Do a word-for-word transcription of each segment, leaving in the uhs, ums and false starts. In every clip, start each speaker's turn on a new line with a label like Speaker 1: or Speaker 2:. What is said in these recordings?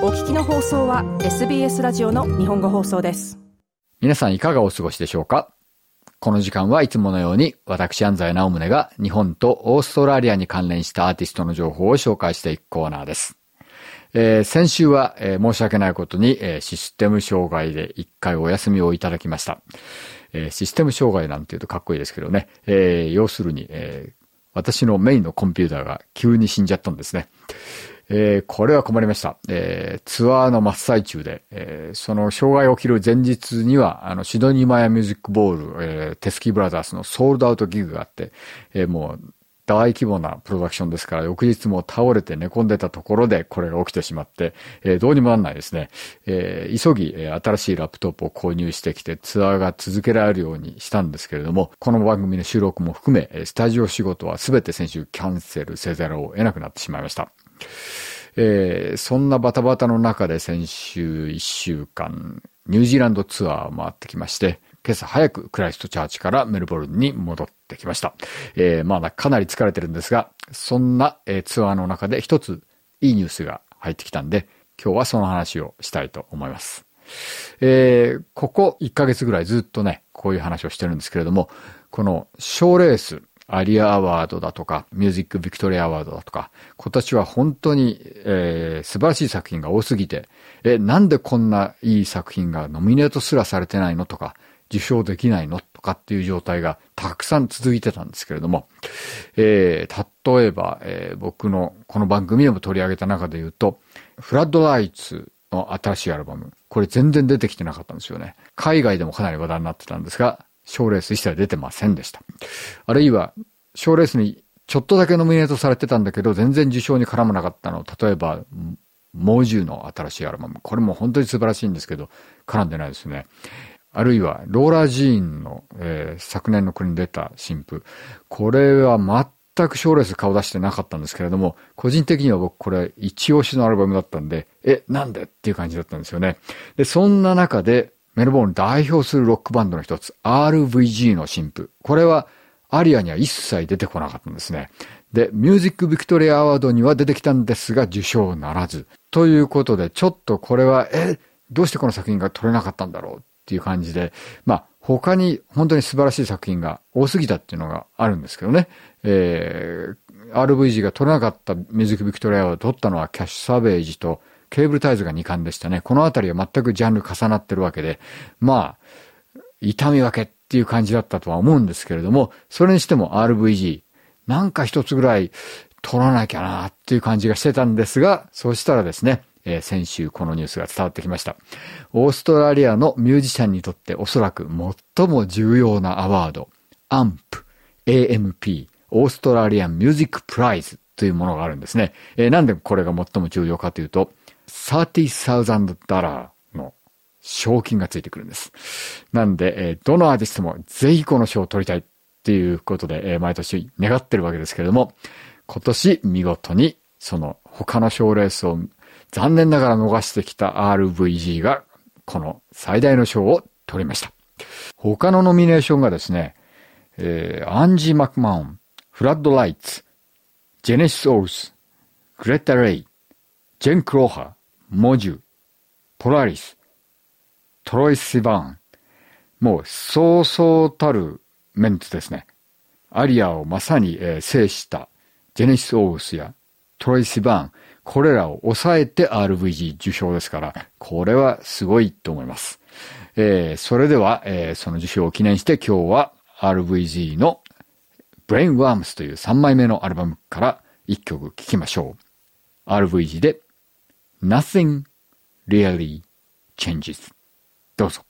Speaker 1: お聞きの放送は エスビーエス ラジオの日本語放送です。
Speaker 2: 皆さんいかがお過ごしでしょうか。この時間はいつものように私安西直宗が日本とオーストラリアに関連したアーティストの情報を紹介していくコーナーです。えー、先週は、えー、申し訳ないことに、えー、システム障害で一回お休みをいただきました。えー、システム障害なんていうとかっこいいですけどね、えー、要するに、えー、私のメインのコンピューターが急に死んじゃったんですね。えー、これは困りました。えー、ツアーの真っ最中で、えー、その障害が起きる前日には、あの、シドニーマヤミュージックボール、えー、テスキーブラザーズのソールドアウトギグがあって、えー、もう大規模なプロダクションですから、翌日も倒れて寝込んでたところでこれが起きてしまって、えー、どうにもなんないですね。えー、急ぎ、えー、新しいラップトップを購入してきてツアーが続けられるようにしたんですけれども、この番組の収録も含め、スタジオ仕事はすべて先週キャンセルせざるを得なくなってしまいました。えー、そんなバタバタの中で先週いっしゅうかんニュージーランドツアーを回ってきまして、今朝早くクライストチャーチからメルボルンに戻ってきました。えー、まだかなり疲れてるんですが、そんな、えー、ツアーの中で一ついいニュースが入ってきたんで、今日はその話をしたいと思います。えー、ここいっかげつぐらいずっとね、こういう話をしてるんですけれども、この賞レース、アリアアワードだとか、ミュージックビクトリアアワードだとか、今年は本当に、えー、素晴らしい作品が多すぎて、え、なんでこんないい作品がノミネートすらされてないのとか、受賞できないのとかっていう状態がたくさん続いてたんですけれども、えー、例えば、えー、僕のこの番組でも取り上げた中で言うと、フラッドライツの新しいアルバム、これ全然出てきてなかったんですよね。海外でもかなり話題になってたんですが、賞レース一切出てませんでした。あるいは、賞レースにちょっとだけノミネートされてたんだけど、全然受賞に絡まなかったの。例えば、モージューの新しいアルバム。これも本当に素晴らしいんですけど、絡んでないですね。あるいは、ローラ・ジーンの、えー、昨年の国に出た新譜。これは全く賞レース顔出してなかったんですけれども、個人的には僕これ一押しのアルバムだったんで、え、なんでっていう感じだったんですよね。で、そんな中で、メルボルンを代表するロックバンドの一つ、アールブイジー の新譜。これは、アリアには一切出てこなかったんですね。で、ミュージックビクトリアアワードには出てきたんですが、受賞ならず。ということで、ちょっとこれは、え、どうしてこの作品が撮れなかったんだろうっていう感じで、まあ、他に本当に素晴らしい作品が多すぎたっていうのがあるんですけどね。えー、アールブイジー が撮れなかったミュージックビクトリアアワードを撮ったのはキャッシュ・サベージと、ケーブルタイズがにかんでしたね。このあたりは全くジャンル重なってるわけで、まあ、痛み分けっていう感じだったとは思うんですけれども、それにしても アールブイジー、なんか一つぐらい取らなきゃなっていう感じがしてたんですが、そうしたらですね、えー、先週このニュースが伝わってきました。オーストラリアのミュージシャンにとっておそらく最も重要なアワード、エーエムピー、エーエムピー、オーストラリアンミュージックプライズというものがあるんですね。えー、なんでこれが最も重要かというと、さんじゅうさんぜんドラーの賞金がついてくるんです。なんで、えー、どのアーティストもぜひこの賞を取りたいっていうことで、えー、毎年願ってるわけですけれども、今年見事にその他の賞レースを残念ながら逃してきた アールブイジー がこの最大の賞を取りました。他のノミネーションがですね、えー、アンジー・マクマウン、フラッド・ライツ、ジェネシス・オース、グレタ・レイ、ジェン・クローハー、モジュ、ポラリス、トロイ・シバーン。もうそうそうたるメンツですね。アリアをまさに、えー、制したジェネシス・オースやトロイ・シバーン。これらを抑えて アールブイジー 受賞ですから、これはすごいと思います。えー、それでは、えー、その受賞を記念して今日は アールブイジー の Brainworms というさんまいめのアルバムからいっきょく聴きましょう。アールブイジー でNothing Really Changes。どうぞ。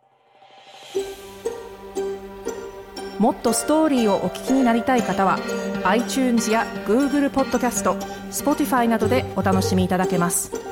Speaker 1: もっとストーリーをお聞きになりたい方は iTunes や Google ポッドキャスト、Spotify などでお楽しみいただけます。